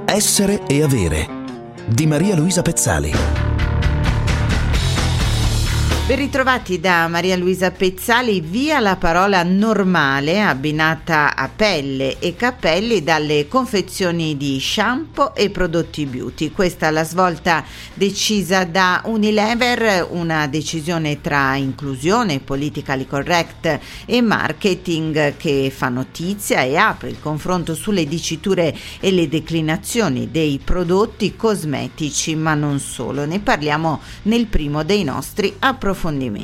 Essere e avere di Maria Luisa Pezzali. Ben ritrovati da Maria Luisa Pezzali. Via la parola normale abbinata a pelle e capelli dalle confezioni di shampoo e prodotti beauty. Questa è la svolta decisa da Unilever, una decisione tra inclusione, politically correct e marketing che fa notizia e apre il confronto sulle diciture e le declinazioni dei prodotti cosmetici, ma non solo. Ne parliamo nel primo dei nostri approfondimenti.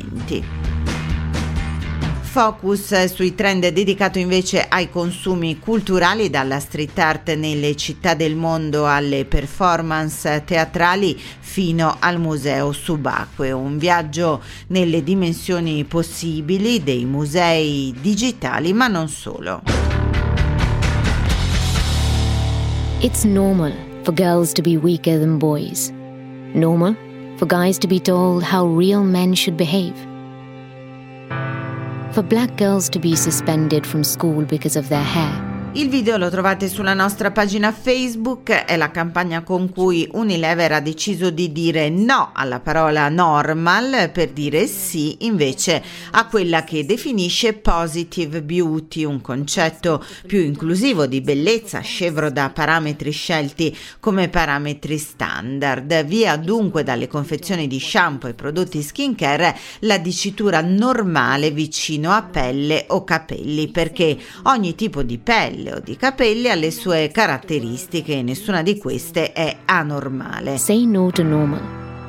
Focus sui trend dedicato invece ai consumi culturali, dalla street art nelle città del mondo alle performance teatrali fino al museo subacqueo. Un viaggio nelle dimensioni possibili dei musei digitali, ma non solo. It's normal for girls to be weaker than boys. Normal for guys to be told how real men should behave. For black girls to be suspended from school because of their hair. Il video lo trovate sulla nostra pagina Facebook, è la campagna con cui Unilever ha deciso di dire no alla parola normal per dire sì invece a quella che definisce positive beauty, un concetto più inclusivo di bellezza, scevro da parametri scelti come parametri standard. Via dunque dalle confezioni di shampoo e prodotti skincare la dicitura normale vicino a pelle o capelli, perché ogni tipo di pelle o di capelli ha le sue caratteristiche e nessuna di queste è anormale. Say no to normal.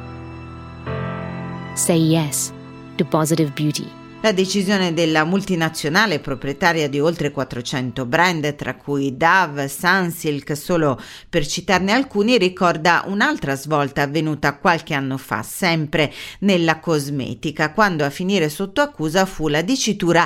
Say yes to positive beauty. La decisione della multinazionale proprietaria di oltre 400 brand, tra cui Dove, Sunsilk, solo per citarne alcuni, ricorda un'altra svolta avvenuta qualche anno fa, sempre nella cosmetica, quando a finire sotto accusa fu la dicitura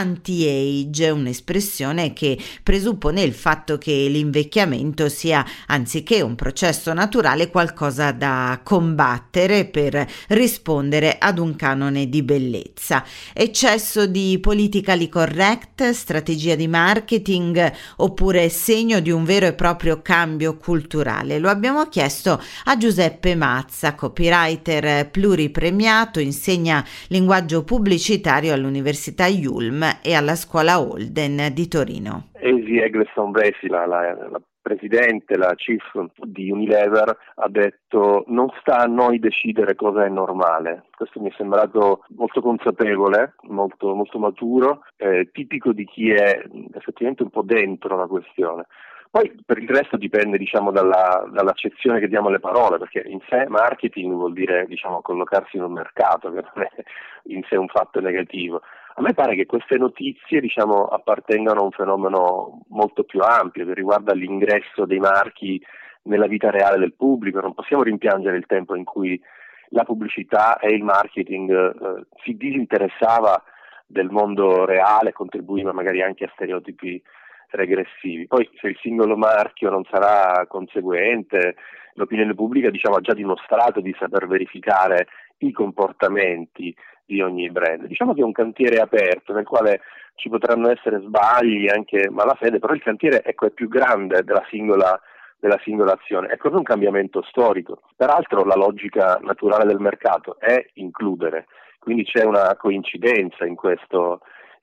anti-age, un'espressione che presuppone il fatto che l'invecchiamento sia, anziché un processo naturale, qualcosa da combattere per rispondere ad un canone di bellezza. Eccesso di politically correct, strategia di marketing oppure segno di un vero e proprio cambio culturale? Lo abbiamo chiesto a Giuseppe Mazza, copywriter pluripremiato, insegna linguaggio pubblicitario all'Università Yulm e alla Scuola Holden di Torino. Esi Eggleston-Bresi, la presidente, la chief di Unilever, ha detto: non sta a noi decidere cosa è normale. Questo mi è sembrato molto consapevole, molto maturo, tipico di chi è effettivamente un po' dentro la questione. Poi per il resto dipende, dall'accezione che diamo alle parole, perché in sé marketing vuol dire, collocarsi in un mercato, che non è in sé un fatto negativo. A me pare che queste notizie, appartengano a un fenomeno molto più ampio, che riguarda l'ingresso dei marchi nella vita reale del pubblico. Non possiamo rimpiangere il tempo in cui la pubblicità e il marketing si disinteressava del mondo reale, contribuiva magari anche a stereotipi regressivi. Poi se il singolo marchio non sarà conseguente, l'opinione pubblica ha già dimostrato di saper verificare i comportamenti di ogni brand. Che è un cantiere aperto nel quale ci potranno essere sbagli, anche malafede, però il cantiere è più grande della singola azione. È proprio un cambiamento storico. Peraltro la logica naturale del mercato è includere, quindi c'è una coincidenza in questo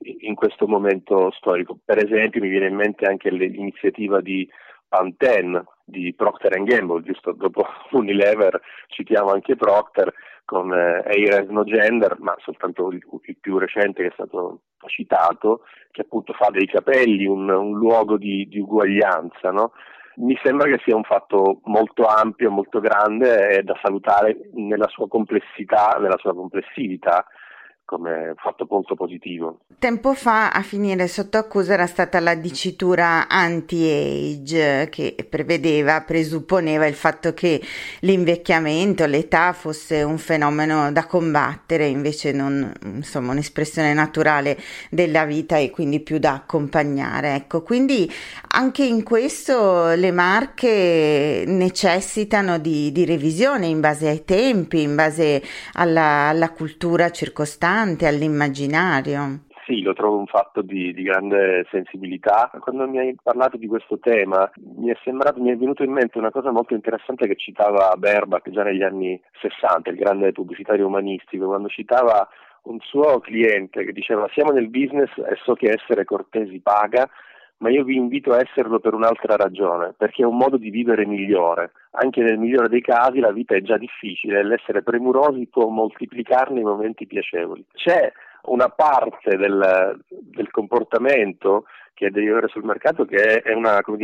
momento storico. Per esempio mi viene in mente anche l'iniziativa di Pantene, di Procter & Gamble, giusto dopo Unilever citiamo anche Procter con Hair Has No Gender, ma soltanto il più recente che è stato citato, che appunto fa dei capelli un luogo di uguaglianza, no? Mi sembra che sia un fatto molto ampio, molto grande e da salutare nella sua complessità, nella sua complessività, come fatto molto positivo. Tempo fa a finire sotto accusa era stata la dicitura anti-age, che presupponeva il fatto che l'invecchiamento, l'età fosse un fenomeno da combattere, invece non un'espressione naturale della vita e quindi più da accompagnare. Ecco, quindi anche in questo le marche necessitano di revisione in base ai tempi, in base alla cultura circostante, all'immaginario. Sì, lo trovo un fatto di grande sensibilità. Quando mi hai parlato di questo tema mi è venuto in mente una cosa molto interessante che citava Berbach già negli anni 60, il grande pubblicitario umanistico, quando citava un suo cliente che diceva: siamo nel business e so che essere cortesi paga, ma io vi invito a esserlo per un'altra ragione, perché è un modo di vivere migliore. Anche nel migliore dei casi la vita è già difficile e l'essere premurosi può moltiplicarne i momenti piacevoli. C'è una parte del comportamento che devi avere sul mercato che è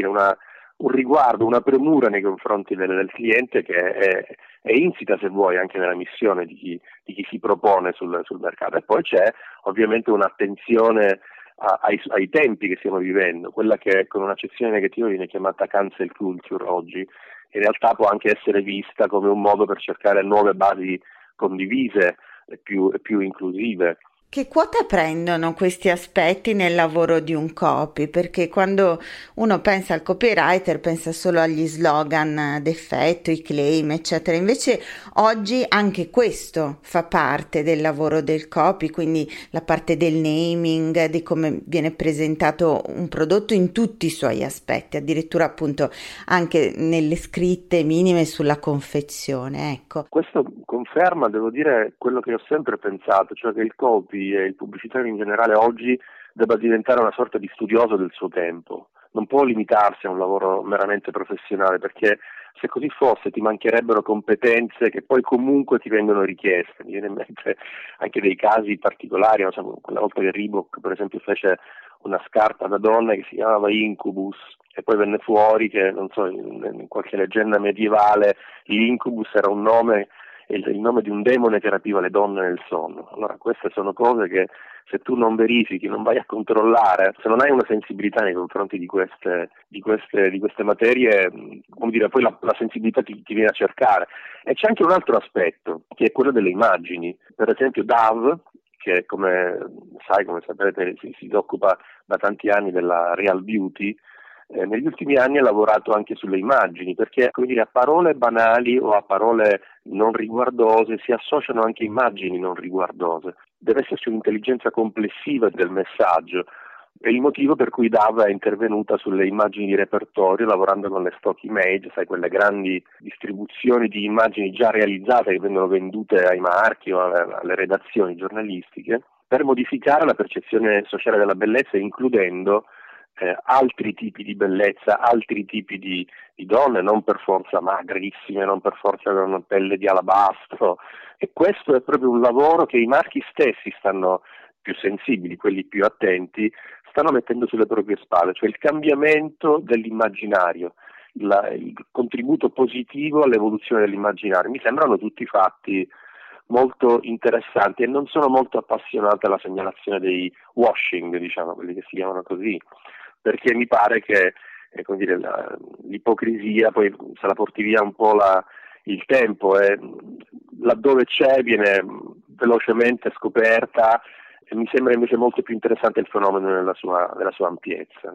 un riguardo, una premura nei confronti del cliente che è insita, se vuoi, anche nella missione di chi si propone sul mercato. E poi c'è ovviamente un'attenzione ai tempi che stiamo vivendo, quella che con un'accezione negativa viene chiamata cancel culture oggi, in realtà può anche essere vista come un modo per cercare nuove basi condivise e più inclusive. Che quota prendono questi aspetti nel lavoro di un copy? Perché quando uno pensa al copywriter pensa solo agli slogan d'effetto, i claim, eccetera. Invece oggi anche questo fa parte del lavoro del copy, quindi la parte del naming, di come viene presentato un prodotto in tutti i suoi aspetti, addirittura appunto anche nelle scritte minime sulla confezione. Ecco. Questo conferma, devo dire, quello che ho sempre pensato, cioè che il copy e il pubblicitario in generale oggi debba diventare una sorta di studioso del suo tempo. Non può limitarsi a un lavoro meramente professionale, perché se così fosse ti mancherebbero competenze che poi comunque ti vengono richieste. Mi viene in mente anche dei casi particolari, non so, quella volta che Reebok per esempio fece una scarpa da donna che si chiamava Incubus e poi venne fuori che, non so, in qualche leggenda medievale l'Incubus era un nome, il nome di un demone che rapiva le donne nel sonno. Allora queste sono cose che se tu non verifichi, non vai a controllare, se non hai una sensibilità nei confronti di queste materie, come dire, poi la sensibilità ti viene a cercare. E c'è anche un altro aspetto, che è quello delle immagini. Per esempio Dove, che come sapete si occupa da tanti anni della real beauty, negli ultimi anni ha lavorato anche sulle immagini, perché a parole banali o a parole non riguardose si associano anche immagini non riguardose. Deve esserci un'intelligenza complessiva del messaggio. È il motivo per cui Dava è intervenuta sulle immagini di repertorio, lavorando con le stock image, sai, quelle grandi distribuzioni di immagini già realizzate che vengono vendute ai marchi o alle redazioni giornalistiche, per modificare la percezione sociale della bellezza, includendo altri tipi di bellezza, altri tipi di donne, non per forza magrissime, non per forza con una pelle di alabastro. E questo è proprio un lavoro che i marchi stessi stanno più sensibili, quelli più attenti, stanno mettendo sulle proprie spalle, cioè il cambiamento dell'immaginario, il contributo positivo all'evoluzione dell'immaginario. Mi sembrano tutti fatti molto interessanti e non sono molto appassionato alla segnalazione dei washing, diciamo, quelli che si chiamano così, perché mi pare che l'ipocrisia poi se la porti via un po' il tempo e laddove c'è viene velocemente scoperta, e mi sembra invece molto più interessante il fenomeno nella sua ampiezza.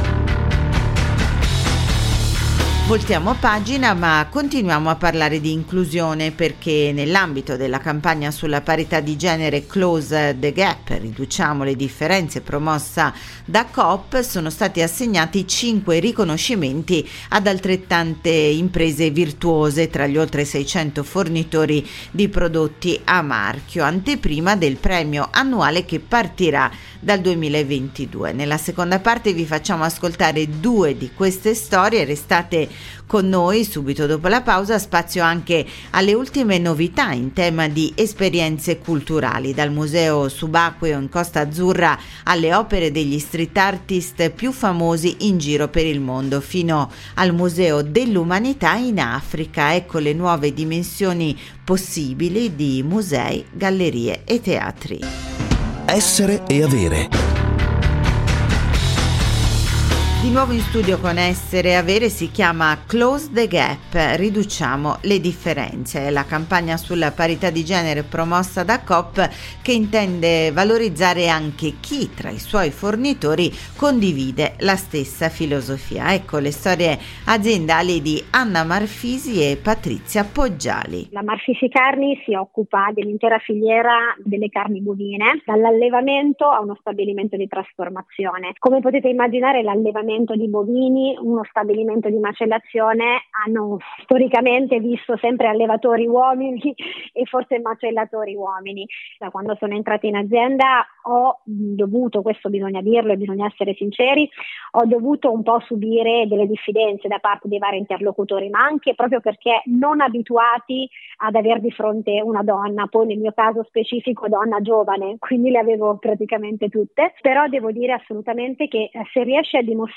Voltiamo pagina, ma continuiamo a parlare di inclusione, perché nell'ambito della campagna sulla parità di genere Close the Gap, riduciamo le differenze, promossa da Coop, sono stati assegnati 5 riconoscimenti ad altrettante imprese virtuose tra gli oltre 600 fornitori di prodotti a marchio, anteprima del premio annuale che partirà dal 2022. Nella seconda parte vi facciamo ascoltare 2 di queste storie. Restate con noi, subito dopo la pausa spazio anche alle ultime novità in tema di esperienze culturali, dal Museo Subacqueo in Costa Azzurra alle opere degli street artist più famosi in giro per il mondo, fino al Museo dell'Umanità in Africa. Ecco le nuove dimensioni possibili di musei, gallerie e teatri. Essere e avere. Di nuovo in studio con Essere e Avere si chiama Close the Gap, riduciamo le differenze. È la campagna sulla parità di genere promossa da Coop che intende valorizzare anche chi tra i suoi fornitori condivide la stessa filosofia. Ecco le storie aziendali di Anna Marfisi e Patrizia Poggiali. La Marfisi Carni si occupa dell'intera filiera delle carni bovine, dall'allevamento a uno stabilimento di trasformazione. Come potete immaginare, l'allevamento di bovini, uno stabilimento di macellazione hanno storicamente visto sempre allevatori uomini e forse macellatori uomini. Da quando sono entrata in azienda ho dovuto, questo bisogna dirlo e bisogna essere sinceri, ho dovuto un po' subire delle diffidenze da parte dei vari interlocutori, ma anche proprio perché non abituati ad aver di fronte una donna, poi nel mio caso specifico donna giovane, quindi le avevo praticamente tutte, però devo dire assolutamente che se riesce a dimostrare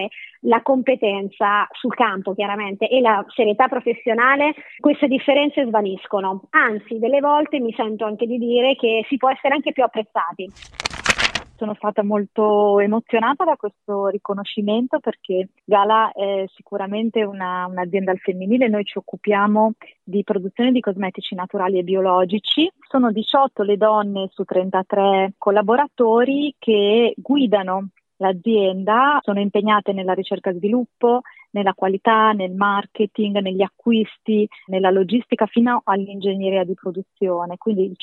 la competenza sul campo chiaramente e la serietà professionale, queste differenze svaniscono, anzi delle volte mi sento anche di dire che si può essere anche più apprezzati. Sono stata molto emozionata da questo riconoscimento perché Gala è sicuramente un'azienda al femminile. Noi ci occupiamo di produzione di cosmetici naturali e biologici. Sono 18 le donne su 33 collaboratori che guidano l'azienda, sono impegnate nella ricerca e sviluppo, nella qualità, nel marketing, negli acquisti, nella logistica fino all'ingegneria di produzione. Quindi il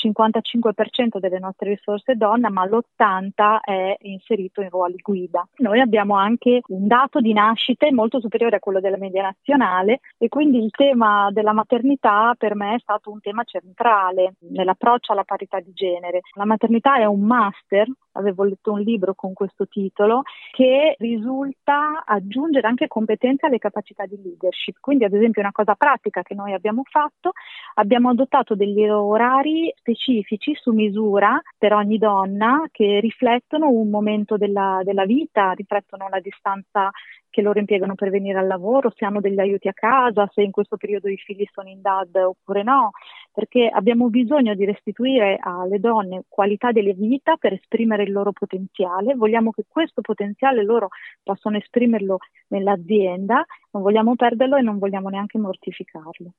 55% delle nostre risorse è donna, ma l'80% è inserito in ruoli guida. Noi abbiamo anche un dato di nascite molto superiore a quello della media nazionale e quindi il tema della maternità per me è stato un tema centrale nell'approccio alla parità di genere. La maternità è un master, avevo letto un libro con questo titolo, che risulta aggiungere anche competenze alle capacità di leadership. Quindi ad esempio una cosa pratica che noi abbiamo fatto, abbiamo adottato degli orari specifici su misura per ogni donna che riflettono un momento della vita, riflettono la distanza che loro impiegano per venire al lavoro, se hanno degli aiuti a casa, se in questo periodo i figli sono in DAD oppure no, perché abbiamo bisogno di restituire alle donne qualità della vita per esprimere il loro potenziale. Vogliamo che questo potenziale loro possano esprimerlo nell'azienda, non vogliamo perderlo e non vogliamo neanche mortificarlo.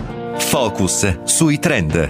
Focus sui trend.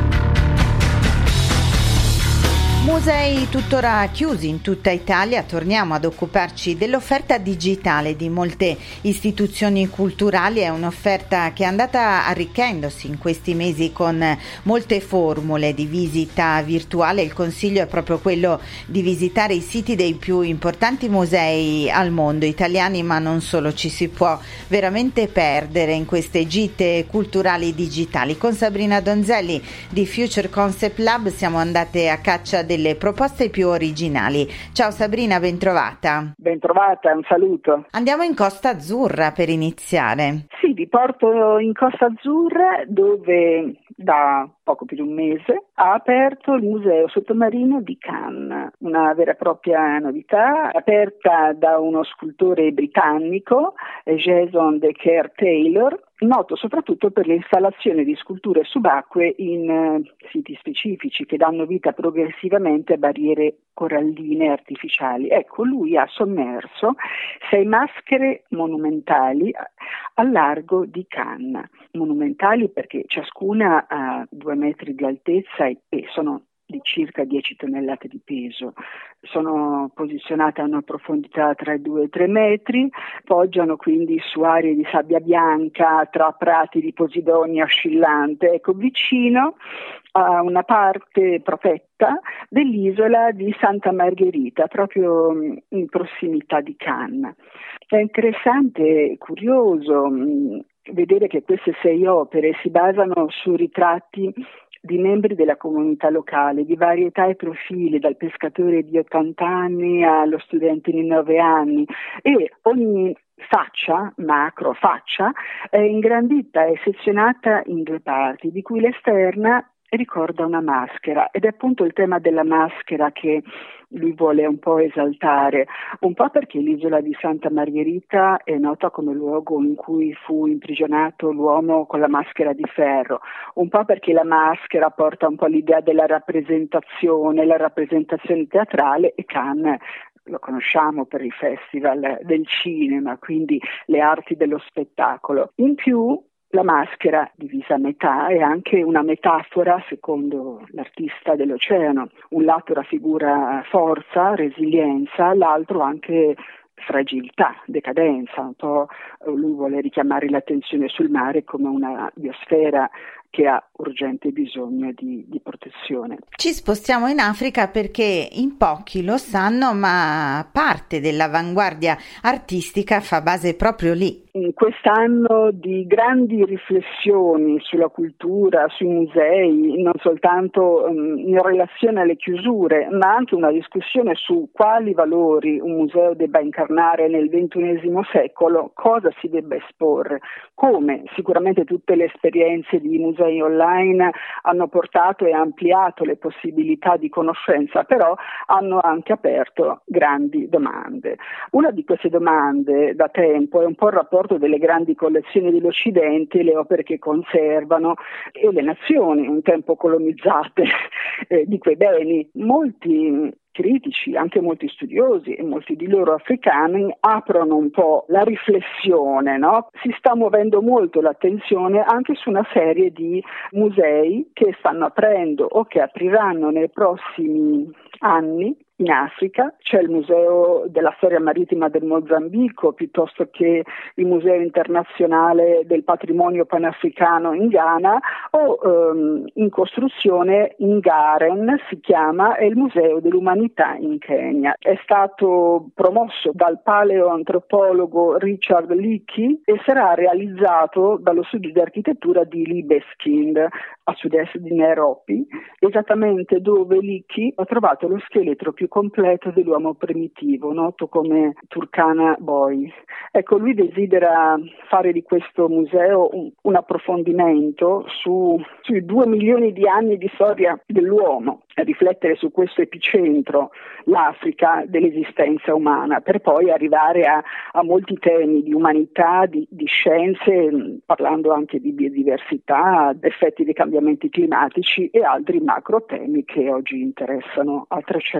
Musei tuttora chiusi in tutta Italia, torniamo ad occuparci dell'offerta digitale di molte istituzioni culturali. È un'offerta che è andata arricchendosi in questi mesi con molte formule di visita virtuale. Il consiglio è proprio quello di visitare i siti dei più importanti musei al mondo, italiani ma non solo. Ci si può veramente perdere in queste gite culturali digitali. Con Sabrina Donzelli di Future Concept Lab siamo andate a caccia delle proposte più originali. Ciao Sabrina, bentrovata. Bentrovata, un saluto. Andiamo in Costa Azzurra per iniziare. Sì, vi porto in Costa Azzurra dove da poco più di un mese ha aperto il Museo Sottomarino di Cannes, una vera e propria novità, aperta da uno scultore britannico, Jason Decker Taylor, noto soprattutto per l'installazione di sculture subacquee in siti specifici che danno vita progressivamente a barriere coralline artificiali. Ecco, lui ha sommerso 6 maschere monumentali al largo di Cannes. Monumentali perché ciascuna ha 2 metri di altezza e sono di circa 10 tonnellate di peso. Sono posizionate a una profondità tra i 2 e i 3 metri, poggiano quindi su aree di sabbia bianca tra prati di posidonia oscillante, ecco, vicino a una parte protetta dell'isola di Santa Margherita, proprio in prossimità di Cannes. È interessante e curioso vedere che queste 6 opere si basano su ritratti di membri della comunità locale, di varie età e profili, dal pescatore di 80 anni allo studente di 9 anni, e ogni faccia, macro faccia, è ingrandita e sezionata in 2 parti, di cui l'esterna ricorda una maschera, ed è appunto il tema della maschera che lui vuole un po' esaltare, un po' perché l'isola di Santa Margherita è nota come luogo in cui fu imprigionato l'uomo con la maschera di ferro, un po' perché la maschera porta un po' l'idea della rappresentazione, la rappresentazione teatrale, e Cannes lo conosciamo per i festival del cinema, quindi le arti dello spettacolo. In più, la maschera, divisa a metà, è anche una metafora, secondo l'artista dell'oceano. Un lato raffigura forza, resilienza, l'altro anche fragilità, decadenza. Un po' lui vuole richiamare l'attenzione sul mare come una biosfera che ha urgente bisogno di protezione. Ci spostiamo in Africa perché in pochi lo sanno, ma parte dell'avanguardia artistica fa base proprio lì. In quest'anno di grandi riflessioni sulla cultura, sui musei, non soltanto in relazione alle chiusure, ma anche una discussione su quali valori un museo debba incarnare nel XXI secolo, cosa si debba esporre, come sicuramente tutte le esperienze di musei online hanno portato e ampliato le possibilità di conoscenza, però hanno anche aperto grandi domande. Una di queste domande da tempo è un po' il rapporto delle grandi collezioni dell'Occidente, le opere che conservano e le nazioni un tempo colonizzate di quei beni. Molti critici, anche molti studiosi e molti di loro africani aprono un po' la riflessione, no? Si sta muovendo molto l'attenzione anche su una serie di musei che stanno aprendo o che apriranno nei prossimi anni in Africa. C'è il Museo della Storia Marittima del Mozambico, piuttosto che il Museo Internazionale del Patrimonio Panafricano in Ghana, o in costruzione in Garen, si chiama, è il Museo dell'Umanità in Kenya. È stato promosso dal paleoantropologo Richard Leakey e sarà realizzato dallo studio di architettura di Libeskind, a sud-est di Nairobi, esattamente dove Leakey ha trovato lo scheletro più completo dell'uomo primitivo, noto come Turkana Boy. Ecco, lui desidera fare di questo museo un approfondimento sui 2 milioni di anni di storia dell'uomo, a riflettere su questo epicentro, l'Africa, dell'esistenza umana, per poi arrivare a molti temi di umanità, di scienze, parlando anche di biodiversità, effetti dei cambiamenti climatici e altri macro temi che oggi interessano a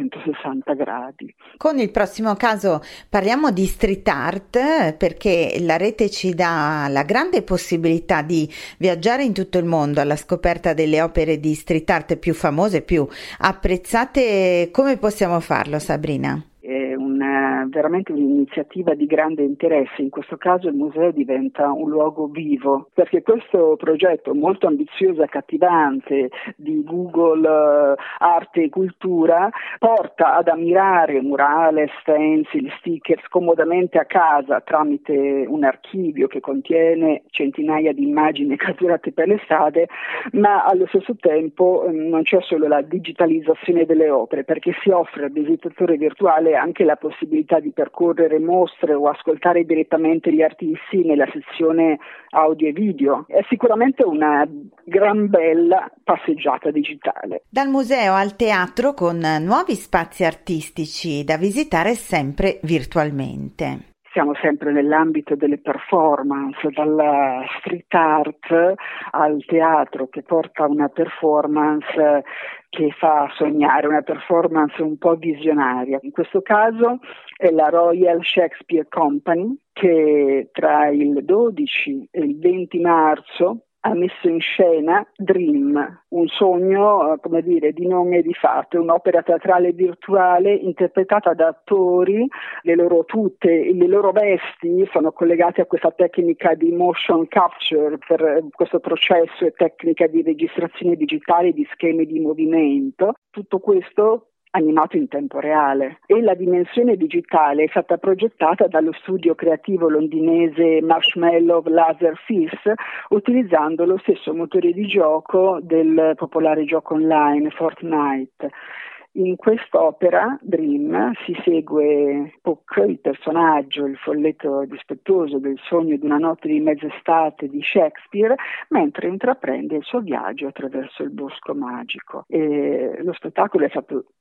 360 gradi. Con il prossimo caso parliamo di street art, perché la rete ci dà la grande possibilità di viaggiare in tutto il mondo alla scoperta delle opere di street art più famose, più apprezzate. Come possiamo farlo, Sabrina? È veramente un'iniziativa di grande interesse. In questo caso il museo diventa un luogo vivo, perché questo progetto molto ambizioso e accattivante di Google Arte e Cultura porta ad ammirare murales, stencil, stickers comodamente a casa tramite un archivio che contiene centinaia di immagini catturate per le strade, ma allo stesso tempo non c'è solo la digitalizzazione delle opere, perché si offre al visitatore virtuale anche la possibilità di percorrere mostre o ascoltare direttamente gli artisti nella sezione audio e video. È sicuramente una gran bella passeggiata digitale. Dal museo al teatro, con nuovi spazi artistici da visitare sempre virtualmente. Siamo sempre nell'ambito delle performance, dalla street art al teatro che porta una performance che fa sognare, una performance un po' visionaria. In questo caso è la Royal Shakespeare Company che tra il 12 e il 20 marzo ha messo in scena Dream, un sogno, di nome e di fatto, un'opera teatrale virtuale interpretata da attori, le loro tute e le loro vesti sono collegate a questa tecnica di motion capture, per questo processo e tecnica di registrazione digitale di schemi di movimento. Tutto questo animato in tempo reale, e la dimensione digitale è stata progettata dallo studio creativo londinese Marshmallow Laser Fizz, utilizzando lo stesso motore di gioco del popolare gioco online Fortnite. In quest'opera, Dream, si segue Puck, il personaggio, il folletto dispettoso del sogno di una notte di mezz'estate di Shakespeare, mentre intraprende il suo viaggio attraverso il bosco magico. E lo spettacolo è stato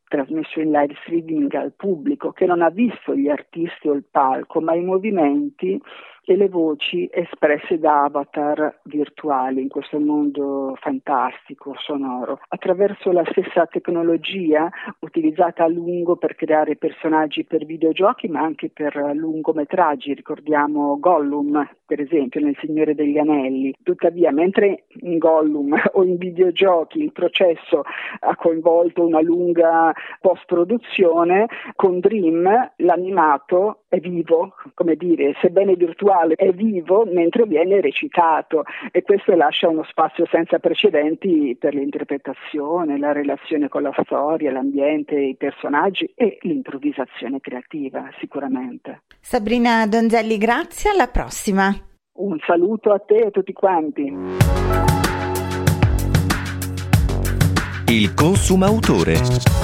trasmesso in live streaming al pubblico, che non ha visto gli artisti o il palco, ma i movimenti e le voci espresse da avatar virtuali in questo mondo fantastico, sonoro, attraverso la stessa tecnologia utilizzata a lungo per creare personaggi per videogiochi, ma anche per lungometraggi. Ricordiamo Gollum, per esempio, nel Signore degli Anelli. Tuttavia, mentre in Gollum o in videogiochi il processo ha coinvolto una lunga post-produzione, con Dream l'animato è vivo, come dire, sebbene virtuale è vivo mentre viene recitato, e questo lascia uno spazio senza precedenti per l'interpretazione, la relazione con la storia, l'ambiente, i personaggi e l'improvvisazione creativa, sicuramente. Sabrina Donzelli, grazie, alla prossima. Un saluto a te e a tutti quanti. Il consumautore.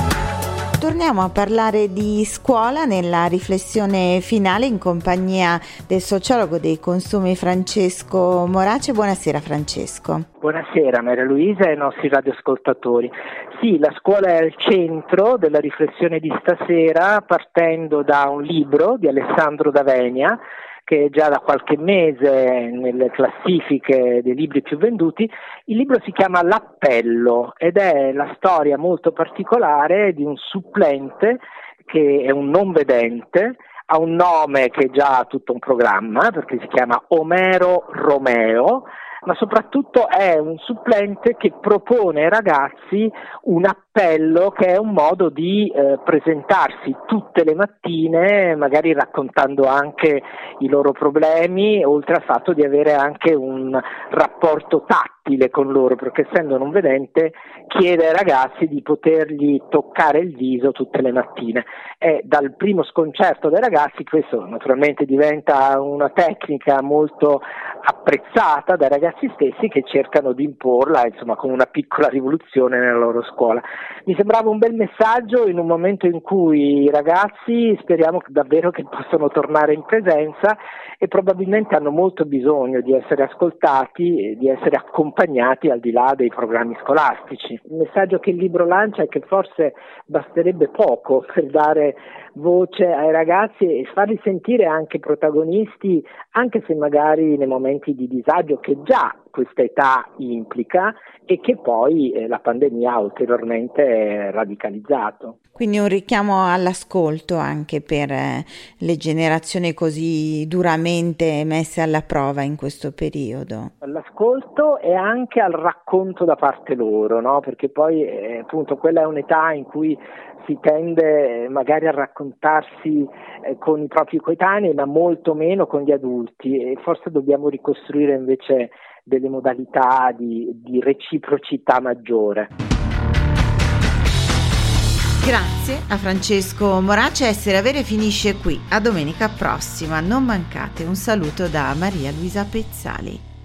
Torniamo a parlare di scuola nella riflessione finale in compagnia del sociologo dei consumi Francesco Morace. Buonasera Francesco. Buonasera Maria Luisa e ai nostri radioascoltatori. Sì, la scuola è al centro della riflessione di stasera, partendo da un libro di Alessandro D'Avenia, che è già da qualche mese nelle classifiche dei libri più venduti. Il libro si chiama L'Appello ed è la storia molto particolare di un supplente che è un non vedente, ha un nome che è già tutto un programma perché si chiama Omero Romeo, ma soprattutto è un supplente che propone ai ragazzi un appello che è un modo di presentarsi tutte le mattine, magari raccontando anche i loro problemi, oltre al fatto di avere anche un rapporto tattile con loro, perché essendo non vedente chiede ai ragazzi di potergli toccare il viso tutte le mattine. E dal primo sconcerto dei ragazzi questo naturalmente diventa una tecnica molto apprezzata dai ragazzi stessi, che cercano di imporla, insomma, con una piccola rivoluzione nella loro scuola. Mi sembrava un bel messaggio in un momento in cui i ragazzi speriamo davvero che possano tornare in presenza e probabilmente hanno molto bisogno di essere ascoltati e di essere accompagnati al di là dei programmi scolastici. Il messaggio che il libro lancia è che forse basterebbe poco per dare voce ai ragazzi e farli sentire anche protagonisti, anche se magari nei momenti di disagio che già questa età implica e che poi la pandemia ha ulteriormente radicalizzato. Quindi un richiamo all'ascolto anche per le generazioni così duramente messe alla prova in questo periodo. All'ascolto e anche al racconto da parte loro, no? Perché poi appunto quella è un'età in cui si tende magari a raccontarsi con i propri coetanei, ma molto meno con gli adulti, e forse dobbiamo ricostruire invece delle modalità di reciprocità maggiore. Grazie a Francesco Morace. Essere Avere finisce qui. A domenica prossima, non mancate. Un saluto da Maria Luisa Pezzali.